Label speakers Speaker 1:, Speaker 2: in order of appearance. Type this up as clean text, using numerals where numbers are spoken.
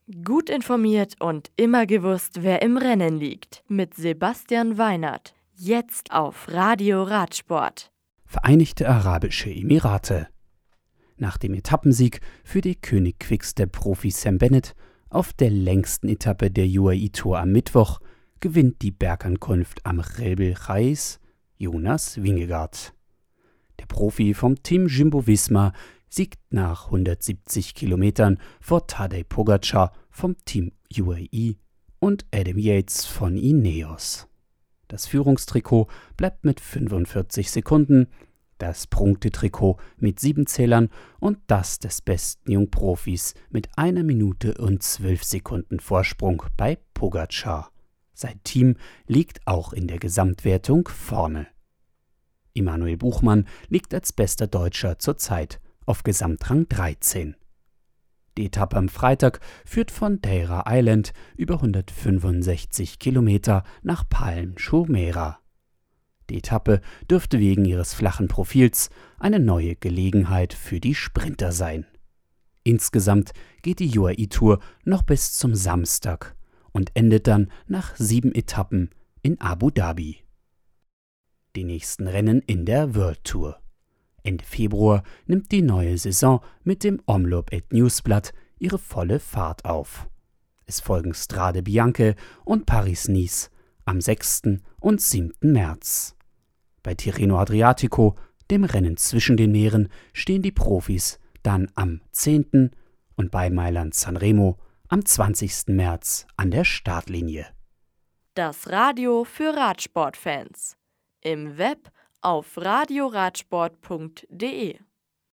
Speaker 1: Gut informiert und immer gewusst, wer im Rennen liegt. Mit Sebastian Weinert. Jetzt auf Radio Radsport.
Speaker 2: Vereinigte Arabische Emirate. Nach dem Etappensieg für die König Quickstep-Profi Sam Bennett auf der längsten Etappe der UAE Tour am Mittwoch gewinnt die Bergankunft am Rhelbel Chais Jonas Vingegaard. Der Profi vom Team Jumbo-Visma siegt nach 170 Kilometern vor Tadej Pogačar vom Team UAE und Adam Yates von Ineos. Das Führungstrikot bleibt mit 45 Sekunden, das Punktetrikot mit 7 Zählern und das des besten Jungprofis mit 1 Minute und 12 Sekunden Vorsprung bei Pogačar. Sein Team liegt auch in der Gesamtwertung vorne. Emanuel Buchmann liegt als bester Deutscher zurzeit auf Gesamtrang 13. Die Etappe am Freitag führt von Deira Island über 165 Kilometer nach Palm Jumeirah. Die Etappe dürfte wegen ihres flachen Profils eine neue Gelegenheit für die Sprinter sein. Insgesamt geht die UAE-Tour noch bis zum Samstag und endet dann nach 7 Etappen in Abu Dhabi. Die nächsten Rennen in der World Tour. Ende Februar nimmt die neue Saison mit dem Omloop & Newsblatt ihre volle Fahrt auf. Es folgen Strade Bianche und Paris-Nice am 6. und 7. März. Bei Tirreno Adriatico, dem Rennen zwischen den Meeren, stehen die Profis dann am 10. und bei Mailand-San Remo am 20. März an der Startlinie.
Speaker 1: Das Radio für Radsportfans. Im Web auf radioradsport.de